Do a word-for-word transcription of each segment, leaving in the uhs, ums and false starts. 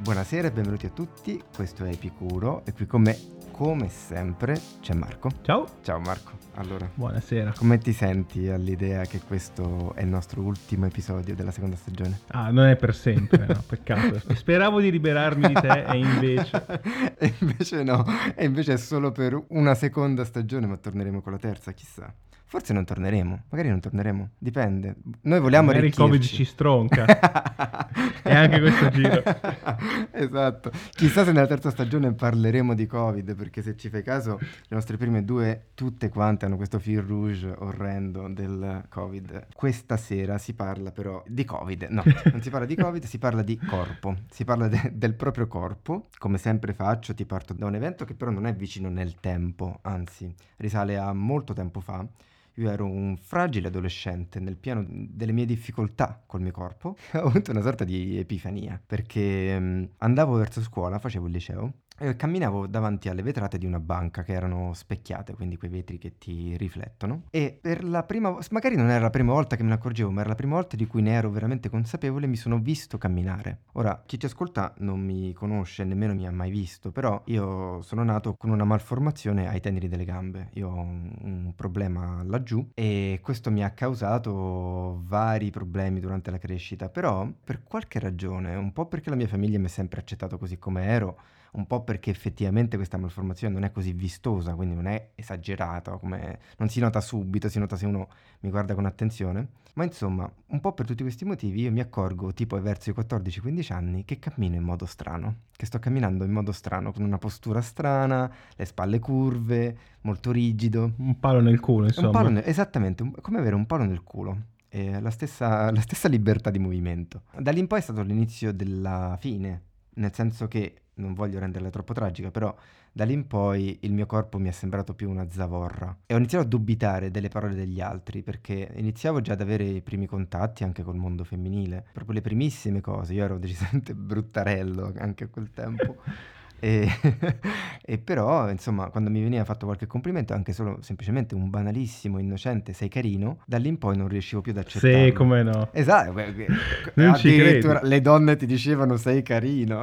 Buonasera e benvenuti a tutti, questo è Epicuro e qui con me, come sempre, c'è Marco. Ciao. Ciao Marco, allora, Buonasera. come ti senti all'idea che questo è il nostro ultimo episodio della seconda stagione? Ah, non è per sempre, no, peccato. Speravo di liberarmi di te e invece... e invece no, e invece è solo per una seconda stagione, ma torneremo con la terza, chissà. Forse non torneremo, magari non torneremo, dipende. Noi vogliamo Magari il Covid arricchirci. ci stronca. E anche questo giro. Esatto. Chissà se nella terza stagione parleremo di Covid, perché se ci fai caso, le nostre prime due, tutte quante, hanno questo fil rouge orrendo del Covid. Questa sera si parla però di Covid. No, non si parla di Covid, si parla di corpo. Si parla de- del proprio corpo. Come sempre faccio, ti parto da un evento che però non è vicino nel tempo, anzi, risale a molto tempo fa. Io ero un fragile adolescente nel pieno delle mie difficoltà col mio corpo. Ho avuto una sorta di epifania perché mh, andavo verso scuola, facevo il liceo e camminavo davanti alle vetrate di una banca che erano specchiate, quindi quei vetri che ti riflettono. E per la prima volta, magari non era la prima volta che me ne accorgevo, ma era la prima volta di cui ne ero veramente consapevole, mi sono visto camminare. Ora, chi ci ascolta non mi conosce, nemmeno mi ha mai visto, però io sono nato con una malformazione ai teneri delle gambe. Io ho un, un problema laggiù e questo mi ha causato vari problemi durante la crescita, però per qualche ragione, un po' perché la mia famiglia mi ha sempre accettato così come ero, un po' perché effettivamente questa malformazione non è così vistosa, quindi non è esagerata, come non si nota subito, si nota se uno mi guarda con attenzione, ma insomma, un po' per tutti questi motivi io mi accorgo, tipo verso i quattordici quindici anni, che cammino in modo strano, che sto camminando in modo strano, con una postura strana, le spalle curve, molto rigido. Un palo nel culo, insomma. Un palo nel- esattamente, un- come avere un palo nel culo. E la stessa, la stessa libertà di movimento. Da lì in poi è stato l'inizio della fine, nel senso che, non voglio renderla troppo tragica, però da lì in poi il mio corpo mi è sembrato più una zavorra. E ho iniziato a dubitare delle parole degli altri, perché iniziavo già ad avere i primi contatti anche col mondo femminile, proprio le primissime cose. Io ero decisamente bruttarello anche a quel tempo. E, e però, insomma, quando mi veniva fatto qualche complimento, anche solo semplicemente un banalissimo, innocente, sei carino, da lì in poi non riuscivo più ad accettarlo. Sì, come no. Esatto, que- que- Non ci addirittura credi. le donne ti dicevano sei carino.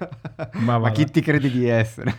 Ma Ma va chi là. ti credi di essere?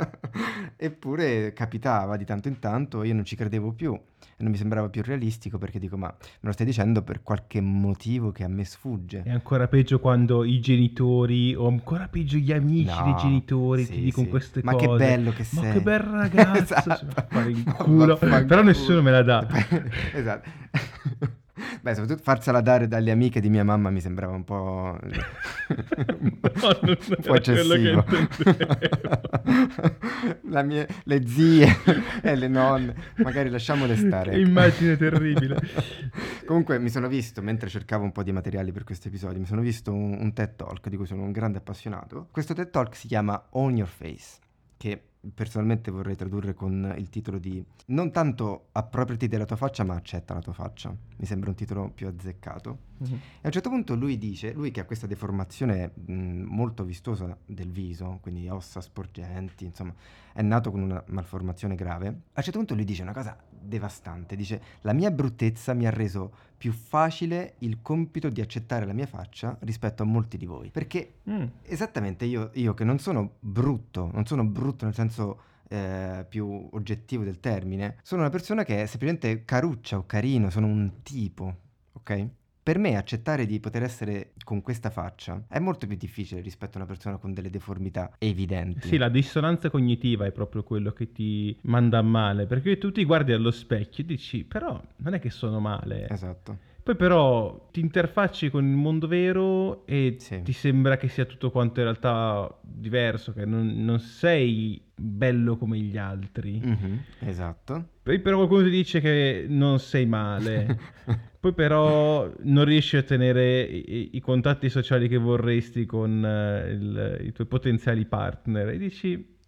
Eppure capitava di tanto in tanto, io non ci credevo più. E non mi sembrava più realistico perché dico, ma me lo stai dicendo per qualche motivo che a me sfugge. È ancora peggio quando i genitori, o ancora peggio gli amici dei No, genitori, ti sì, dicono sì. queste Ma cose. che bello che Ma sei. che bel ragazzo. Esatto. Si va a fare in Ma culo. vaffanculo. Però nessuno me la dà. Esatto. Beh, soprattutto farsela dare dalle amiche di mia mamma mi sembrava un po'... un No, non po' era quello che eccessivo. intendevo. La mia- le zie e le nonne, magari lasciamole stare. Che ecco. immagine terribile. Comunque mi sono visto, mentre cercavo un po' di materiali per questo episodio, mi sono visto un, un TED Talk di cui sono un grande appassionato. Questo TED Talk si chiama Own Your Face, che personalmente vorrei tradurre con il titolo di non tanto appropriati della tua faccia, ma accetta la tua faccia. Mi sembra un titolo più azzeccato. Mhm. E a un certo punto lui dice, lui che ha questa deformazione mh, molto vistosa del viso, quindi ossa sporgenti, insomma, è nato con una malformazione grave. A un certo punto lui dice una cosa devastante, dice la mia bruttezza mi ha reso più facile il compito di accettare la mia faccia rispetto a molti di voi. Perché Mm. esattamente io, io che non sono brutto, non sono brutto nel senso eh, più oggettivo del termine, sono una persona che è semplicemente caruccia o carino, sono un tipo, ok? Per me accettare di poter essere con questa faccia è molto più difficile rispetto a una persona con delle deformità evidenti. Sì, la dissonanza cognitiva è proprio quello che ti manda a male, perché tu ti guardi allo specchio e dici, però non è che sono male. Esatto. Poi però ti interfacci con il mondo vero e Sì. ti sembra che sia tutto quanto in realtà diverso, che non, non sei bello come gli altri. Mhm, esatto. Poi però qualcuno ti dice che non sei male. Poi però non riesci a tenere i, i contatti sociali che vorresti con eh, il- i tuoi potenziali partner e dici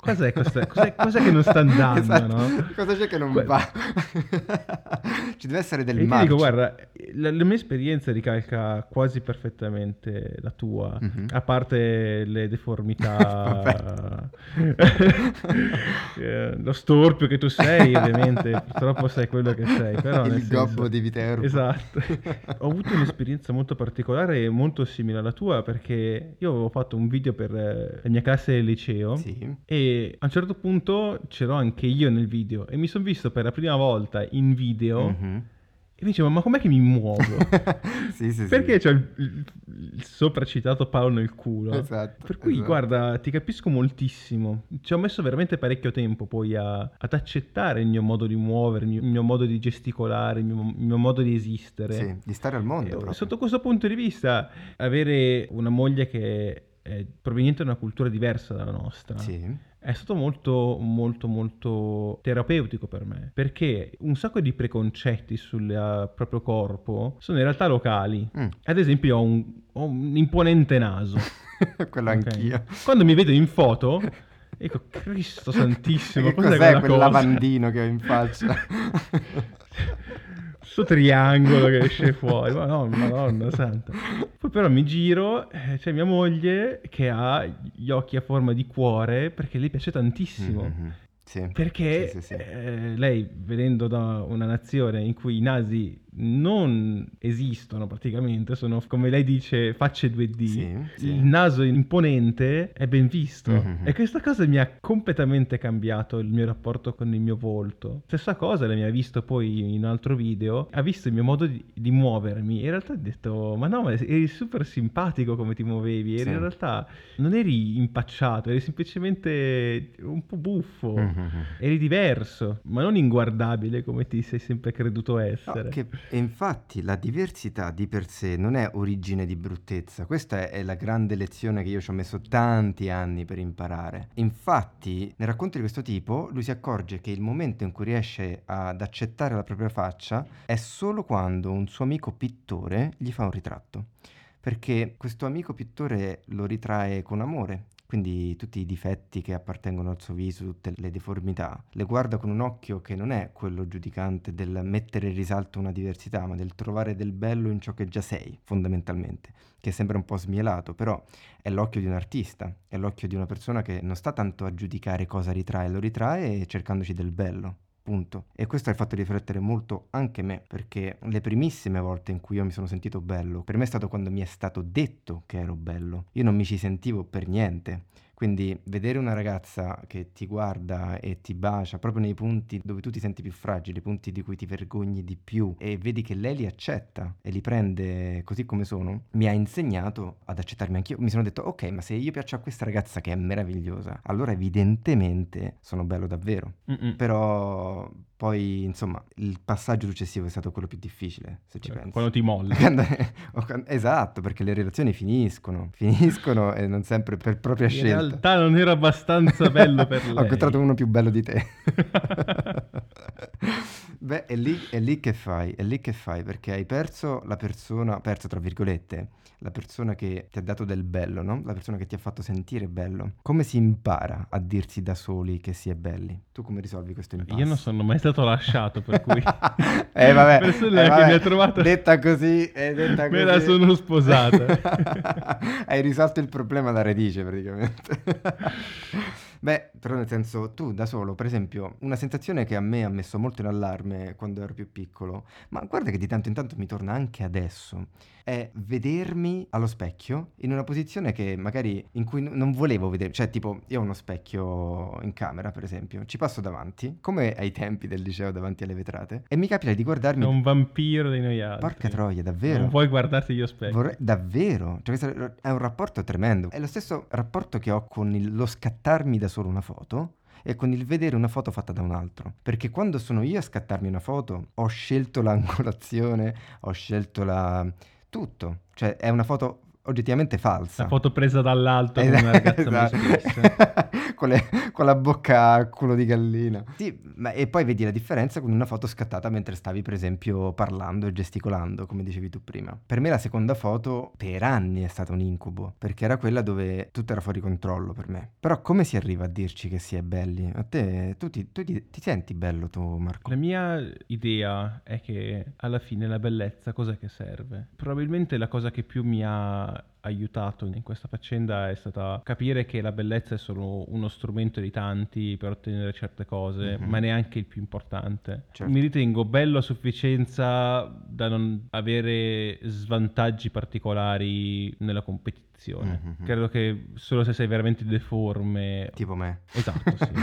Cos'è, questa, cos'è, cos'è che non sta andando, Esatto. no? Cosa c'è che non Que- va? Ci deve essere del E ti dico, marcio. guarda, la, la mia esperienza ricalca quasi perfettamente la tua, Mhm. a parte le Vabbè. deformità, eh, lo storpio che tu sei, ovviamente, purtroppo sei quello che sei, però nel Il gobbo senso... di Viterbo. Esatto. Ho avuto un'esperienza molto particolare e molto simile alla tua perché io avevo fatto un video per eh, la mia classe del liceo Sì. e a un certo punto c'ero anche io nel video e mi sono visto per la prima volta in video Mhm. e mi dicevo, ma com'è che mi muovo? Sì, sì, Perché sì. c'ho il, il, il sopracitato palo nel culo? Esatto, Per cui, esatto. guarda, ti capisco moltissimo. Ci ho messo veramente parecchio tempo poi a- ad accettare il mio modo di muovermi, il mio modo di gesticolare, il mio, il mio modo di esistere. Sì, di stare al mondo E proprio. sotto questo punto di vista, avere una moglie che è proveniente da una cultura diversa dalla nostra Sì. è stato molto, molto, molto terapeutico per me, perché un sacco di preconcetti sul eh, proprio corpo sono in realtà locali. Mm. Ad esempio, io ho un, ho un imponente naso. Quello Ok? anch'io. Quando mi vedo in foto, dico, Cristo santissimo, Che cos'è cos'è quella quel cosa? lavandino che ho in faccia? Sto triangolo che esce fuori, ma no, madonna santa. Poi però mi giro, eh, c'è mia moglie che ha gli occhi a forma di cuore perché le piace tantissimo. Mhm. Sì. Perché Sì, sì, sì. eh, lei, venendo da una nazione in cui i nasi non esistono praticamente, sono come lei dice facce due D, Sì, sì. il naso imponente è ben visto. Mhm. E questa cosa mi ha completamente cambiato il mio rapporto con il mio volto. Stessa cosa, lei mi ha visto poi in un altro video, ha visto il mio modo di, di muovermi e in realtà ha detto, ma no, ma eri super simpatico come ti muovevi, eri Sì. in realtà non eri impacciato, eri semplicemente un po' buffo. Mhm. Eri diverso, ma non inguardabile come ti sei sempre creduto No, essere. che, e infatti la diversità di per sé non è origine di bruttezza, questa è, è la grande lezione che io ci ho messo tanti anni per imparare. Infatti, nel racconto di questo tipo, lui si accorge che il momento in cui riesce ad accettare la propria faccia è solo quando un suo amico pittore gli fa un ritratto, perché questo amico pittore lo ritrae con amore. Quindi tutti i difetti che appartengono al suo viso, tutte le deformità, le guarda con un occhio che non è quello giudicante del mettere in risalto una diversità, ma del trovare del bello in ciò che già sei, fondamentalmente, che sembra un po' smielato, però è l'occhio di un artista, è l'occhio di una persona che non sta tanto a giudicare cosa ritrae, lo ritrae cercandoci del bello. Punto. E questo ha fatto riflettere molto anche me, perché le primissime volte in cui io mi sono sentito bello, per me è stato quando mi è stato detto che ero bello. Io non mi ci sentivo per niente. Quindi vedere una ragazza che ti guarda e ti bacia proprio nei punti dove tu ti senti più fragile, i punti di cui ti vergogni di più, e vedi che lei li accetta e li prende così come sono, mi ha insegnato ad accettarmi anch'io. Mi sono detto, ok, ma se io piaccio a questa ragazza che è meravigliosa, allora evidentemente sono bello davvero. Mm-mm. Però poi, insomma, il passaggio successivo è stato quello più difficile, se ci pensi. Quando ti molli. Quando- o quando- Esatto, perché le relazioni finiscono, finiscono e non sempre per propria In scelta. realtà non ero abbastanza bello per Ho lei. incontrato uno più bello di te. Beh, è lì, è lì che fai, è lì che fai, perché hai perso la persona, perso tra virgolette, la persona che ti ha dato del bello, no? La persona che ti ha fatto sentire bello. Come si impara a dirsi da soli che si è belli? Tu come risolvi questo impasse? Io non sono mai stato lasciato, per cui... Eh vabbè, persona eh, che vabbè, mi ha trovato... detta così, è detta Me così. la sono sposata. Hai risolto il problema alla radice praticamente. Beh, però nel senso, tu da solo, per esempio, una sensazione che a me ha messo molto in allarme quando ero più piccolo, ma guarda che di tanto in tanto mi torna anche adesso, è vedermi allo specchio in una posizione che magari in cui n- non volevo vedere, cioè tipo io ho uno specchio in camera, per esempio, ci passo davanti, come ai tempi del liceo davanti alle vetrate, e mi capita di guardarmi. È un vampiro di noi altri. Porca troia, davvero? Non vuoi guardarti gli specchi. Vorrei- davvero? Cioè, questo è un rapporto tremendo. È lo stesso rapporto che ho con il- lo scattarmi da solo una foto e con il vedere una foto fatta da un altro. Perché quando sono io a scattarmi una foto, ho scelto l'angolazione, ho scelto la... tutto. Cioè, è una foto oggettivamente falsa. La foto presa dall'alto Eh, con una ragazza esatto. meschista. con, le- con la bocca a culo di gallina. Sì, ma e poi vedi la differenza con una foto scattata mentre stavi per esempio parlando e gesticolando, come dicevi tu prima. Per me la seconda foto per anni è stata un incubo, perché era quella dove tutto era fuori controllo per me. Però come si arriva a dirci che si è belli? A te, tu ti, tu ti- ti senti bello tu, Marco? La mia idea è che alla fine la bellezza cos'è che serve? Probabilmente la cosa che più mi ha aiutato in questa faccenda è stata capire che la bellezza è solo uno strumento di tanti per ottenere certe cose, Mhm. ma neanche il più importante. Certo. Mi ritengo bello a sufficienza da non avere svantaggi particolari nella competizione. Mhm. Credo che solo se sei veramente deforme. Tipo me. Esatto, sì.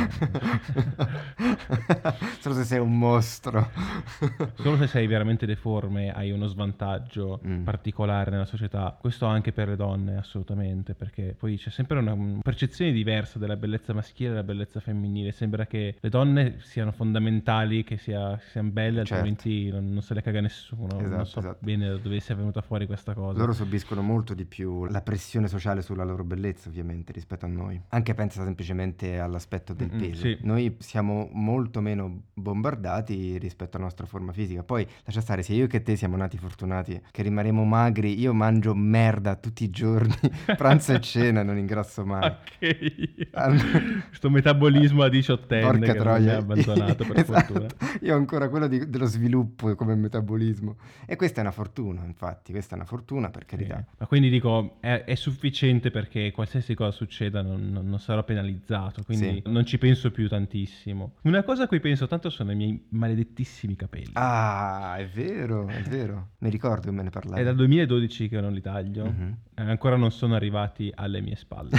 Solo se sei un mostro. Solo se sei veramente deforme hai uno svantaggio Mm. particolare nella società. Questo anche per le donne, assolutamente, perché poi c'è sempre una mm, percezione diversa della bellezza maschile e della bellezza femminile. Sembra che le donne siano fondamentali, che sia, siano belle, Certo. altrimenti non, non se le caga nessuno. non Esatto, so esatto. bene da dove sia venuta fuori questa cosa. Loro subiscono molto di più la pressione sociale sulla loro bellezza, ovviamente, rispetto a noi. Anche pensa semplicemente all'aspetto del Mm-mm, peso. sì. Noi siamo molto meno bombardati rispetto alla nostra forma fisica. Poi, lascia stare, sia io che te siamo nati fortunati, che rimarremo magri. Io mangio merda tutti i giorni, pranzo e cena, non ingrasso mai. Anche io. Allora- Questo metabolismo a diciottenne Porca che non mi troia. ha abbandonato, per Esatto. fortuna. Io ho ancora quello di- dello sviluppo come metabolismo. E questa è una fortuna, infatti, questa è una fortuna, per carità. Sì. Ma quindi dico, è, è sufficiente perché qualsiasi cosa succeda non, non- non sarò penalizzato, quindi Sì. non ci penso più tantissimo. Una cosa a cui penso tanto sono i miei maledettissimi capelli. Ah, è vero, è vero. Mi ricordo che me ne È parlavi. dal duemiladodici che non li taglio, Mhm. e ancora non sono arrivati alle mie spalle.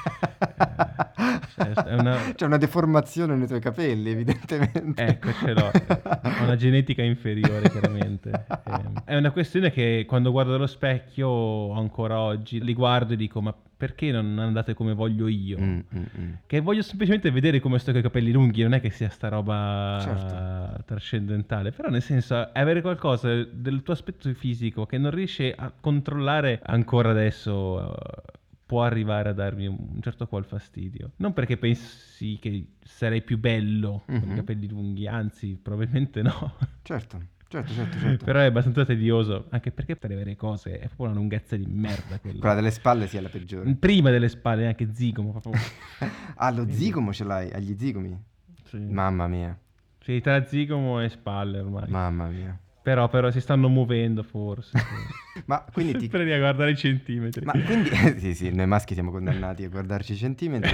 Eh, è una... C'è una deformazione nei tuoi capelli, evidentemente. Ecco, ce l'ho. Ho una genetica inferiore, chiaramente. Eh, È una questione che quando guardo allo specchio, ancora oggi, li guardo e dico, ma perché non andate come voglio io? Mm, mm, mm. Che voglio semplicemente vedere come sto con i capelli lunghi, non è che sia sta roba Certo. trascendentale, però nel senso è avere qualcosa del tuo aspetto fisico che non riesci a controllare ancora adesso, eh, può arrivare a darmi un certo qual fastidio. Non perché pensi che sarei più bello con Mhm. i capelli lunghi, anzi probabilmente no. Certo, certo, certo, certo. Però è abbastanza tedioso, anche perché per le vere cose è proprio una lunghezza di merda quella. Quella delle spalle sì è la peggiore. Prima delle spalle, anche zigomo, proprio. Ah, lo zigomo ce l'hai, agli zigomi? Sì. Mamma mia, Sì, tra zigomo e spalle ormai. mamma mia. Però, però si stanno muovendo forse. Ma quindi ti... Sempre lì a guardare i centimetri. Ma quindi... sì, sì, noi maschi siamo condannati a guardarci i centimetri.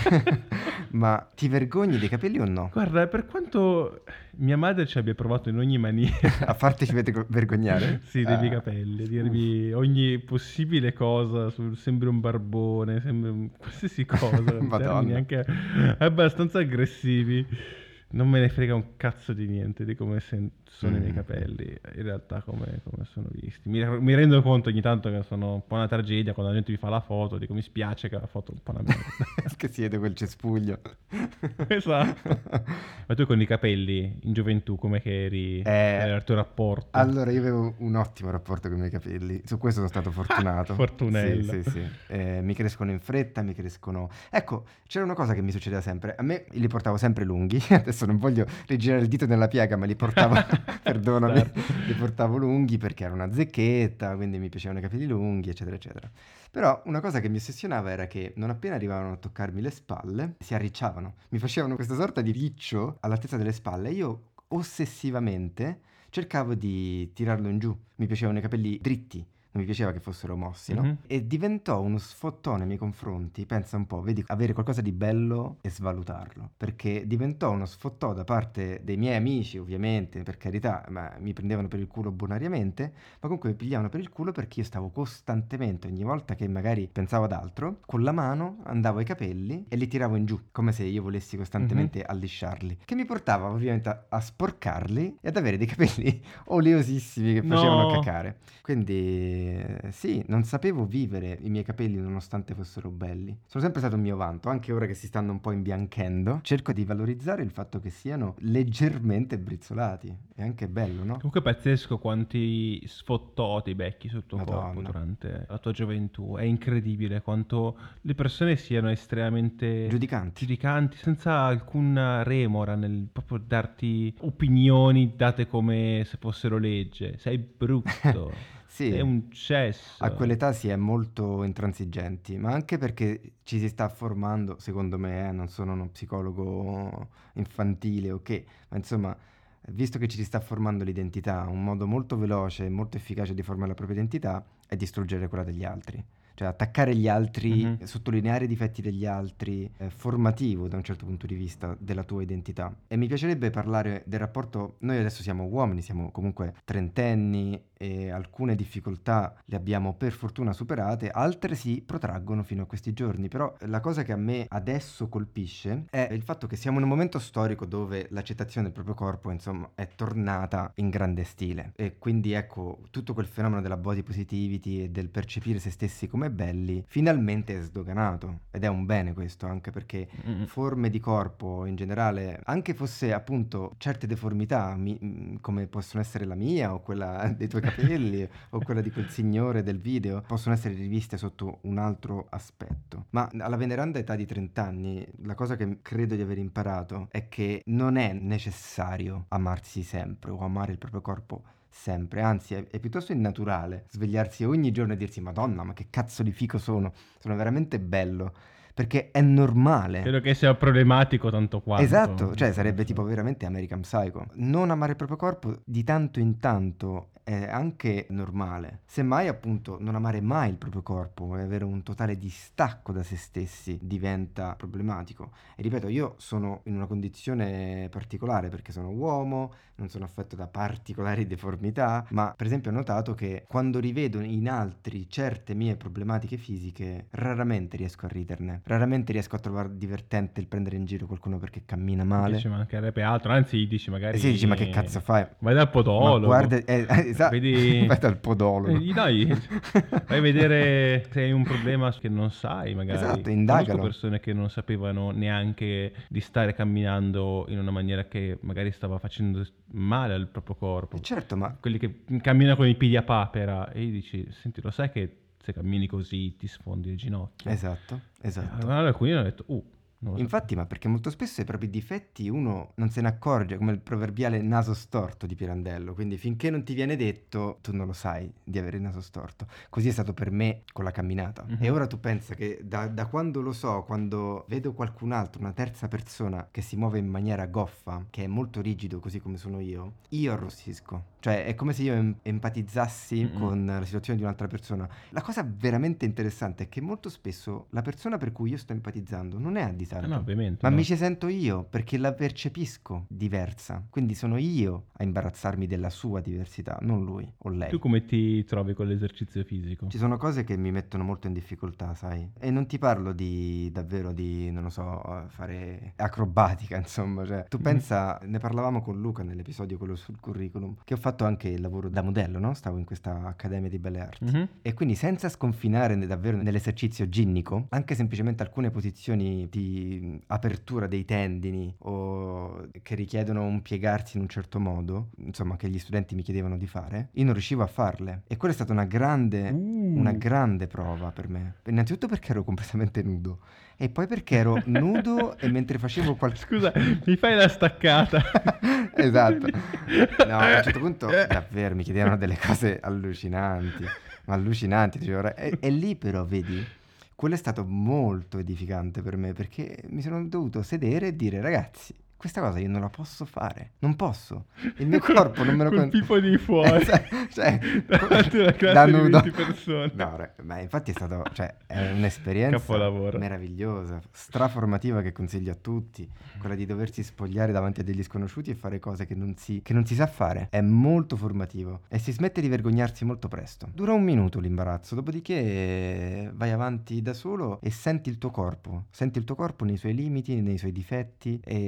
Ma ti vergogni dei capelli o no? Guarda, per quanto mia madre ci abbia provato in ogni maniera A farti vergo- vergognare? sì, dei miei Ah. capelli, a dirmi ogni possibile cosa, sul, sembri un barbone, sembri un, qualsiasi cosa, Madonna. termini anche abbastanza aggressivi. Non me ne frega un cazzo di niente di come sen- sono i miei Mm. capelli, in realtà come, come sono visti. Mi, mi rendo conto ogni tanto che sono un po' una tragedia quando la gente mi fa la foto, dico mi spiace che la foto è un po' una merda. Che si vede quel cespuglio. Esatto. Ma tu con i capelli in gioventù come che eri? Eh, Qual era il tuo rapporto? Allora, io avevo un ottimo rapporto con i miei capelli. Su questo sono stato fortunato. Fortunello. Sì, sì, sì. Eh, mi crescono in fretta, mi crescono... Ecco, c'era una cosa che mi succedeva sempre. A me li portavo sempre lunghi. Adesso non voglio rigirare il dito nella piega, ma li portavo... Perdonami. Certo. Li portavo lunghi perché era una zecchetta, quindi mi piacevano i capelli lunghi, eccetera, eccetera. Però una cosa che mi ossessionava era che non appena arrivavano a toccarmi le spalle, si arricciavano. Mi facevano questa sorta di riccio all'altezza delle spalle e io ossessivamente cercavo di tirarlo in giù. Mi piacevano i capelli dritti, non mi piaceva che fossero mossi, no? Mhm. E diventò uno sfottone nei miei confronti, pensa un po', vedi, avere qualcosa di bello e svalutarlo. Perché diventò uno sfottò da parte dei miei amici, ovviamente, per carità, ma mi prendevano per il culo bonariamente, ma comunque mi pigliavano per il culo perché io stavo costantemente, ogni volta che magari pensavo ad altro, con la mano andavo ai capelli e li tiravo in giù, come se io volessi costantemente allisciarli. Che mi portava ovviamente a, a sporcarli e ad avere dei capelli oleosissimi che facevano No. cacare. Quindi E sì, non sapevo vivere i miei capelli nonostante fossero belli. Sono sempre stato un mio vanto, anche ora che si stanno un po' imbianchendo. Cerco di valorizzare il fatto che siano leggermente brizzolati. È anche bello, no? Comunque è pazzesco quanti sfottoti becchi sul tuo corpo Madonna. durante la tua gioventù. È incredibile quanto le persone siano estremamente Giudicanti. giudicanti, senza alcuna remora nel proprio darti opinioni date come se fossero legge. Sei brutto, Sì, sei un cesso. a quell'età si è molto intransigenti, ma anche perché ci si sta formando, secondo me, eh, non sono uno psicologo infantile, ok, ma insomma, visto che ci si sta formando l'identità, un modo molto veloce e molto efficace di formare la propria identità è distruggere quella degli altri. Cioè attaccare gli altri, Mhm. sottolineare i difetti degli altri, è formativo da un certo punto di vista della tua identità. E mi piacerebbe parlare del rapporto, noi adesso siamo uomini, siamo comunque trentenni e alcune difficoltà le abbiamo per fortuna superate, altre si protraggono fino a questi giorni, però la cosa che a me adesso colpisce è il fatto che siamo in un momento storico dove l'accettazione del proprio corpo, insomma, è tornata in grande stile e quindi ecco, tutto quel fenomeno della body positivity e del percepire se stessi come belli finalmente è sdoganato ed è un bene questo, anche perché Mm. forme di corpo in generale, anche fosse appunto certe deformità mi- come possono essere la mia o quella dei tuoi capelli o quella di quel signore del video, possono essere riviste sotto un altro aspetto. Ma alla veneranda età di trenta anni, la cosa che credo di aver imparato è che non è necessario amarsi sempre o amare il proprio corpo sempre, anzi è, è piuttosto innaturale svegliarsi ogni giorno e dirsi Madonna, ma che cazzo di fico sono, sono veramente bello, perché è normale. Credo che sia problematico tanto quanto. Esatto, cioè nel sarebbe senso. tipo veramente American Psycho. Non amare il proprio corpo di tanto in tanto è anche normale. Semmai appunto non amare mai il proprio corpo e avere un totale distacco da se stessi diventa problematico. E ripeto, io sono in una condizione particolare perché sono uomo, non sono affetto da particolari deformità, ma per esempio ho notato che quando rivedo in altri certe mie problematiche fisiche, raramente riesco a riderne, raramente riesco a trovare divertente il prendere in giro qualcuno perché cammina male. Che ci mancherebbe altro, anzi dici magari... E si dici, ma che cazzo fai? Vai dal Ma podologo. guarda, eh, esatto, Vedi... vai dal podologo. Eh, gli dai, vai a vedere se hai un problema che non sai, magari. Esatto, Conosco indagalo. persone che non sapevano neanche di stare camminando in una maniera che magari stava facendo male al proprio corpo. E certo, ma Quelli che camminano con i piedi a papera e gli dici, senti, lo sai che se cammini così ti sfondi le ginocchia? esatto, esatto. Allora alcuni hanno detto, uh, non lo so. Infatti, ma perché molto spesso i propri difetti uno non se ne accorge, come il proverbiale naso storto di Pirandello, quindi finché non ti viene detto tu non lo sai di avere il naso storto. Così è stato per me con la camminata. Mhm. E ora tu pensa che da, da quando lo so, quando vedo qualcun altro, una terza persona che si muove in maniera goffa, che è molto rigido così come sono io, io arrossisco. Cioè è come se io em- empatizzassi Mm-mm. con la situazione di un'altra persona. La cosa veramente interessante è che molto spesso la persona per cui io sto empatizzando non è a disagio. Eh no, ovviamente. Ma no. mi ci sento io perché la percepisco diversa. Quindi sono io a imbarazzarmi della sua diversità, non lui o lei. Tu come ti trovi con l'esercizio fisico? Ci sono cose che mi mettono molto in difficoltà, sai? E non ti parlo di davvero di, non lo so, fare acrobatica, insomma. Cioè, tu Mhm. pensa, ne parlavamo con Luca nell'episodio quello sul curriculum, che ho fatto anche il lavoro da modello, no? Stavo in questa accademia di belle arti. Mhm. E quindi senza sconfinare ne- davvero nell'esercizio ginnico, anche semplicemente alcune posizioni di apertura dei tendini o che richiedono un piegarsi in un certo modo, insomma, che gli studenti mi chiedevano di fare, io non riuscivo a farle. E quella è stata una grande, Uh. una grande prova per me. Innanzitutto perché ero completamente nudo e poi perché ero nudo e mentre facevo qualcosa... Scusa, mi fai la staccata. Esatto. No, a un certo punto davvero mi chiedevano delle cose allucinanti, ma allucinanti. Dicevo, e, e lì però, vedi, quello è stato molto edificante per me perché mi sono dovuto sedere e dire, ragazzi, questa cosa io non la posso fare, non posso. Il mio corpo non me lo... Col con- pipo di fuori. cioè, Davanti a una classe da di nudo. venti persone. No, re- ma infatti è stato, cioè, è un'esperienza Capolavoro. meravigliosa, straformativa che consiglio a tutti, quella di doversi spogliare davanti a degli sconosciuti e fare cose che non si, che non si sa fare. È molto formativo e si smette di vergognarsi molto presto. Dura un minuto l'imbarazzo, dopodiché vai avanti da solo e senti il tuo corpo, senti il tuo corpo nei suoi limiti, nei suoi difetti e lo senti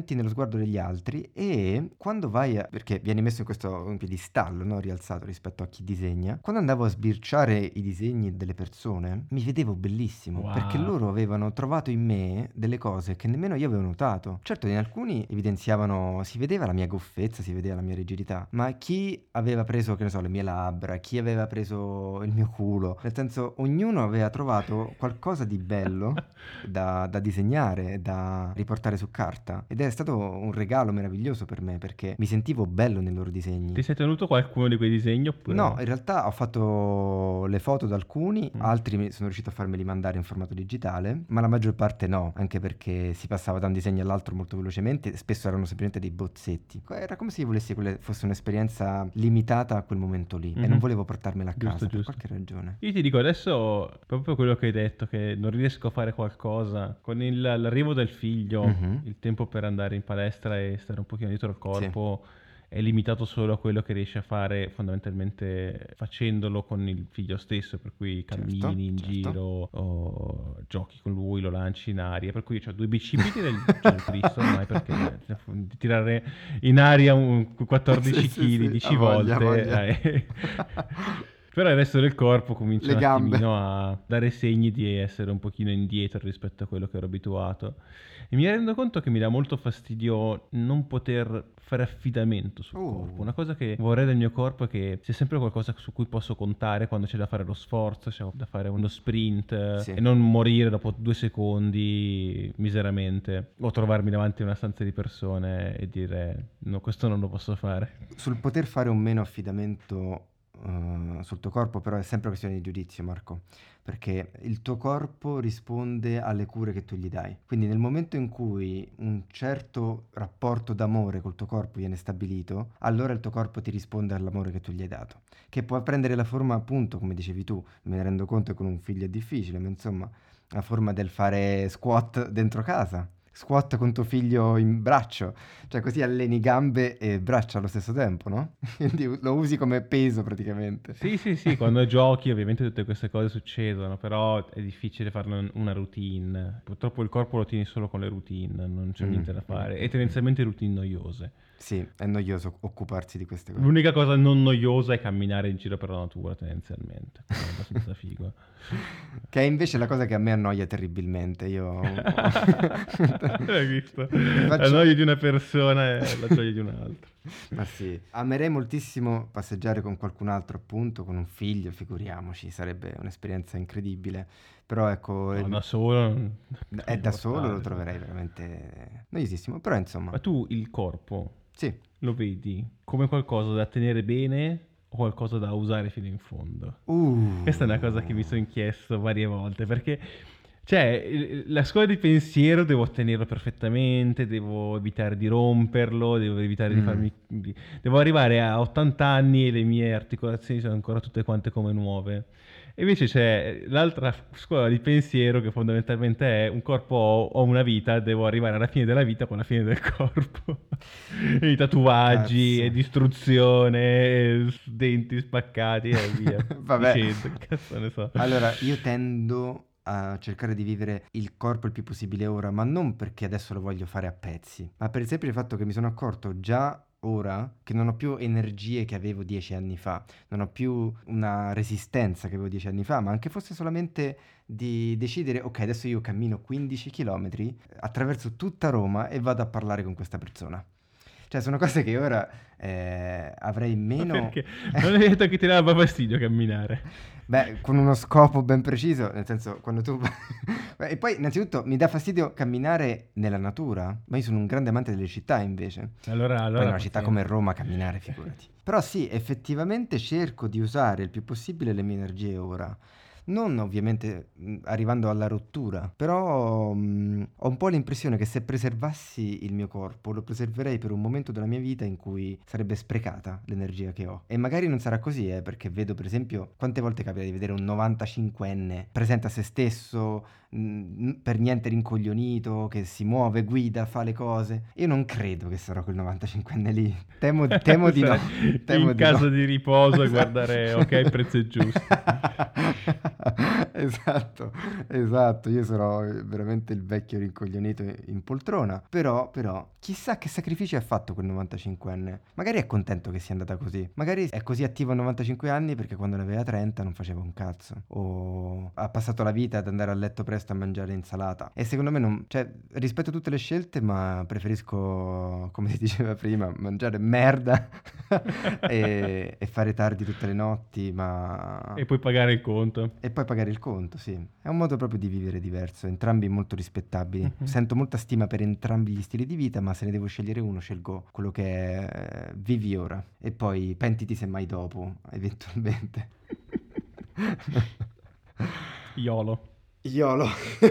metti nello sguardo degli altri e quando vai a... perché vieni messo in questo un piedistallo, no? Rialzato rispetto a chi disegna. Quando andavo a sbirciare i disegni delle persone, mi vedevo bellissimo, Wow. perché loro avevano trovato in me delle cose che nemmeno io avevo notato. Certo, in alcuni evidenziavano, si vedeva la mia goffezza, si vedeva la mia rigidità, ma chi aveva preso, che ne so, le mie labbra, chi aveva preso il mio culo, nel senso, ognuno aveva trovato qualcosa di bello da, da disegnare, da riportare su carta, ed è stato un regalo meraviglioso per me, perché mi sentivo bello nei loro disegni. Ti sei tenuto qualcuno di quei disegni oppure No, in realtà ho fatto le foto da alcuni, Mm. altri mi- sono riuscito a farmeli mandare in formato digitale, ma la maggior parte no, anche perché si passava da un disegno all'altro molto velocemente, e spesso erano semplicemente dei bozzetti. Era come se io volessi che fosse un'esperienza limitata a quel momento lì, e Mhm. non volevo portarmela a Giusto, casa per giusto. qualche ragione. Io ti dico adesso, proprio quello che hai detto, che non riesco a fare qualcosa, con il- l'arrivo del figlio, Mhm. il tempo per andare in palestra e stare un pochino dietro al corpo è limitato solo a quello che riesci a fare fondamentalmente facendolo con il figlio stesso, per cui cammini Certo, in certo. giro o giochi con lui, lo lanci in aria, per cui ho due bicipiti del cioè, Cristo ormai, perché cioè, di tirare in aria un quattordici Sì, sì, chili sì, dieci ha voglia, ha volte. voglia. eh. Però il resto del corpo comincia Le un gambe. attimino a dare segni di essere un pochino indietro rispetto a quello che ero abituato. E mi rendo conto che mi dà molto fastidio non poter fare affidamento sul Uh. corpo. Una cosa che vorrei del mio corpo è che sia sempre qualcosa su cui posso contare quando c'è da fare lo sforzo, c'è da fare uno sprint eh, Sì. e non morire dopo due secondi miseramente o trovarmi davanti a una stanza di persone e dire no, questo non lo posso fare. Sul poter fare un meno affidamento eh, sul tuo corpo, però è sempre questione di giudizio, Marco, perché il tuo corpo risponde alle cure che tu gli dai. Quindi nel momento in cui un certo rapporto d'amore col tuo corpo viene stabilito, allora il tuo corpo ti risponde all'amore che tu gli hai dato, che può prendere la forma, appunto, come dicevi tu, me ne rendo conto che con un figlio è difficile, ma insomma, la forma del fare squat dentro casa. Squat con tuo figlio in braccio, cioè così alleni gambe e braccia allo stesso tempo, no? Quindi lo usi come peso praticamente. Sì, sì, sì, quando giochi ovviamente tutte queste cose succedono, però è difficile farne una routine. Purtroppo il corpo lo tieni solo con le routine, non c'è Mm, niente da mm, fare. E mm, tendenzialmente routine noiose. Sì, è noioso occuparsi di queste cose. L'unica cosa non noiosa è camminare in giro per la natura, tendenzialmente. È abbastanza figo. Che è invece la cosa che a me annoia terribilmente. Io Hai visto? La faccio... noia di una persona e la gioia di un'altra. Ma sì, amerei moltissimo passeggiare con qualcun altro, appunto, con un figlio, figuriamoci, sarebbe un'esperienza incredibile. Però ecco, No, il- da solo... non- è da solo lo portare. troverei veramente noiosissimo. Però insomma, Ma tu il corpo sì. lo vedi come qualcosa da tenere bene o qualcosa da usare fino in fondo? Uh. Questa è una cosa che mi sono chiesto varie volte, perché, cioè, la scuola di pensiero devo tenerlo perfettamente, devo evitare di romperlo, devo evitare di Mm. farmi... di- Devo arrivare a ottanta anni e le mie articolazioni sono ancora tutte quante come nuove. E invece c'è l'altra scuola di pensiero che fondamentalmente è un corpo ho, ho una vita, devo arrivare alla fine della vita con la fine del corpo. E i tatuaggi, Cazzo. e distruzione, e s- denti spaccati e via. Vabbè. Dicendo, cazzo ne so. Allora, io tendo a cercare di vivere il corpo il più possibile ora, ma non perché adesso lo voglio fare a pezzi, ma per esempio il fatto che mi sono accorto già ora che non ho più energie che avevo dieci anni fa, non ho più una resistenza che avevo dieci anni fa, ma anche fosse solamente di decidere, ok, adesso io cammino quindici chilometri attraverso tutta Roma e vado a parlare con questa persona. Cioè, sono cose che ora eh, avrei meno... Perché non hai detto che ti dava fastidio camminare. Beh, con uno scopo ben preciso, nel senso, quando tu... Beh, e poi, innanzitutto, mi dà fastidio camminare nella natura, ma io sono un grande amante delle città, invece. Allora, Poi allora in una città come pazienza. Roma camminare, figurati. Però sì, effettivamente cerco di usare il più possibile le mie energie ora. Non ovviamente mh, arrivando alla rottura, però mh, ho un po' l'impressione che se preservassi il mio corpo, lo preserverei per un momento della mia vita in cui sarebbe sprecata l'energia che ho. E magari non sarà così, eh, perché vedo per esempio quante volte capita di vedere un novantacinquenne presente a se stesso, mh, per niente rincoglionito, che si muove, guida, fa le cose. Io non credo che sarò quel novantacinquenne lì. Temo, temo di no. Temo In di casa no. di riposo e Esatto. guardare, ok, il prezzo è giusto. Esatto, esatto, io sarò veramente il vecchio rincoglionito in poltrona, però, però, chissà che sacrifici ha fatto quel novantacinquenne. Magari è contento che sia andata così, magari è così attivo a novantacinque anni perché quando ne aveva trenta non faceva un cazzo, o ha passato la vita ad andare a letto presto a mangiare insalata. E secondo me non, cioè, rispetto tutte le scelte, ma preferisco, come si diceva prima, mangiare merda e, e fare tardi tutte le notti, ma... E poi pagare il conto. E poi pagare il conto, sì. È un modo proprio di vivere diverso, entrambi molto rispettabili. Mhm. Sento molta stima per entrambi gli stili di vita, ma se ne devo scegliere uno, scelgo quello che è, eh, vivi ora. E poi pentiti semmai dopo, eventualmente. YOLO. YOLO.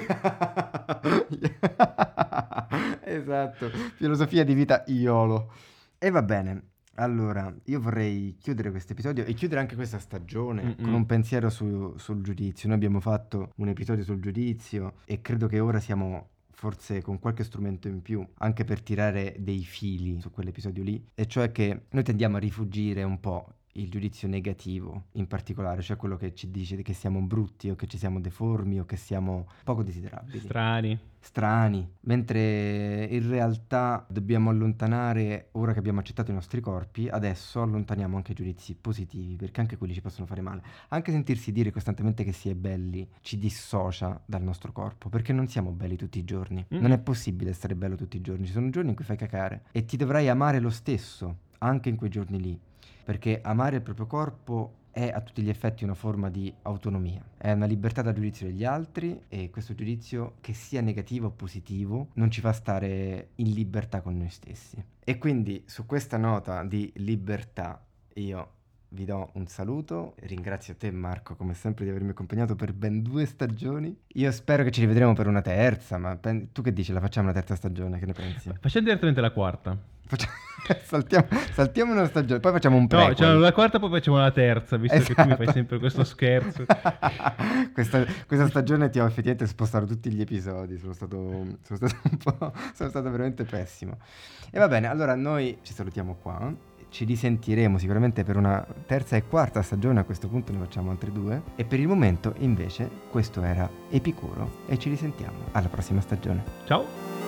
Esatto, filosofia di vita YOLO. E va bene. Allora, io vorrei chiudere questo episodio e chiudere anche questa stagione Mm-mm. con un pensiero su- sul giudizio. Noi abbiamo fatto un episodio sul giudizio e credo che ora siamo forse con qualche strumento in più anche per tirare dei fili su quell'episodio lì, e cioè che noi tendiamo a rifugire un po' il giudizio negativo in particolare, cioè quello che ci dice che siamo brutti o che ci siamo deformi o che siamo poco desiderabili, Strani. strani, mentre in realtà dobbiamo allontanare, ora che abbiamo accettato i nostri corpi, adesso allontaniamo anche i giudizi positivi, perché anche quelli ci possono fare male. Anche sentirsi dire costantemente che si è belli ci dissocia dal nostro corpo, perché non siamo belli tutti i giorni. Mm. Non è possibile essere bello tutti i giorni, ci sono giorni in cui fai cacare e ti dovrai amare lo stesso, anche in quei giorni lì, perché amare il proprio corpo è a tutti gli effetti una forma di autonomia, è una libertà dal giudizio degli altri, e questo giudizio, che sia negativo o positivo, non ci fa stare in libertà con noi stessi. E quindi su questa nota di libertà io vi do un saluto, ringrazio te Marco come sempre di avermi accompagnato per ben due stagioni, io spero che ci rivedremo per una terza, ma pen- tu che dici, la facciamo una terza stagione, che ne pensi? Facciamo direttamente la quarta. Facciamo... saltiamo, saltiamo una stagione, poi facciamo un No, prequel. cioè la quarta, poi facciamo la terza, visto che tu mi fai Esatto. sempre questo scherzo. questa, questa stagione ti ho effettivamente spostato tutti gli episodi, sono stato, sono stato un po', sono stato veramente pessimo. E va bene, allora noi ci salutiamo qua, ci risentiremo sicuramente per una terza e quarta stagione, a questo punto ne facciamo altre due, e per il momento invece questo era Epicuro e ci risentiamo alla prossima stagione. Ciao.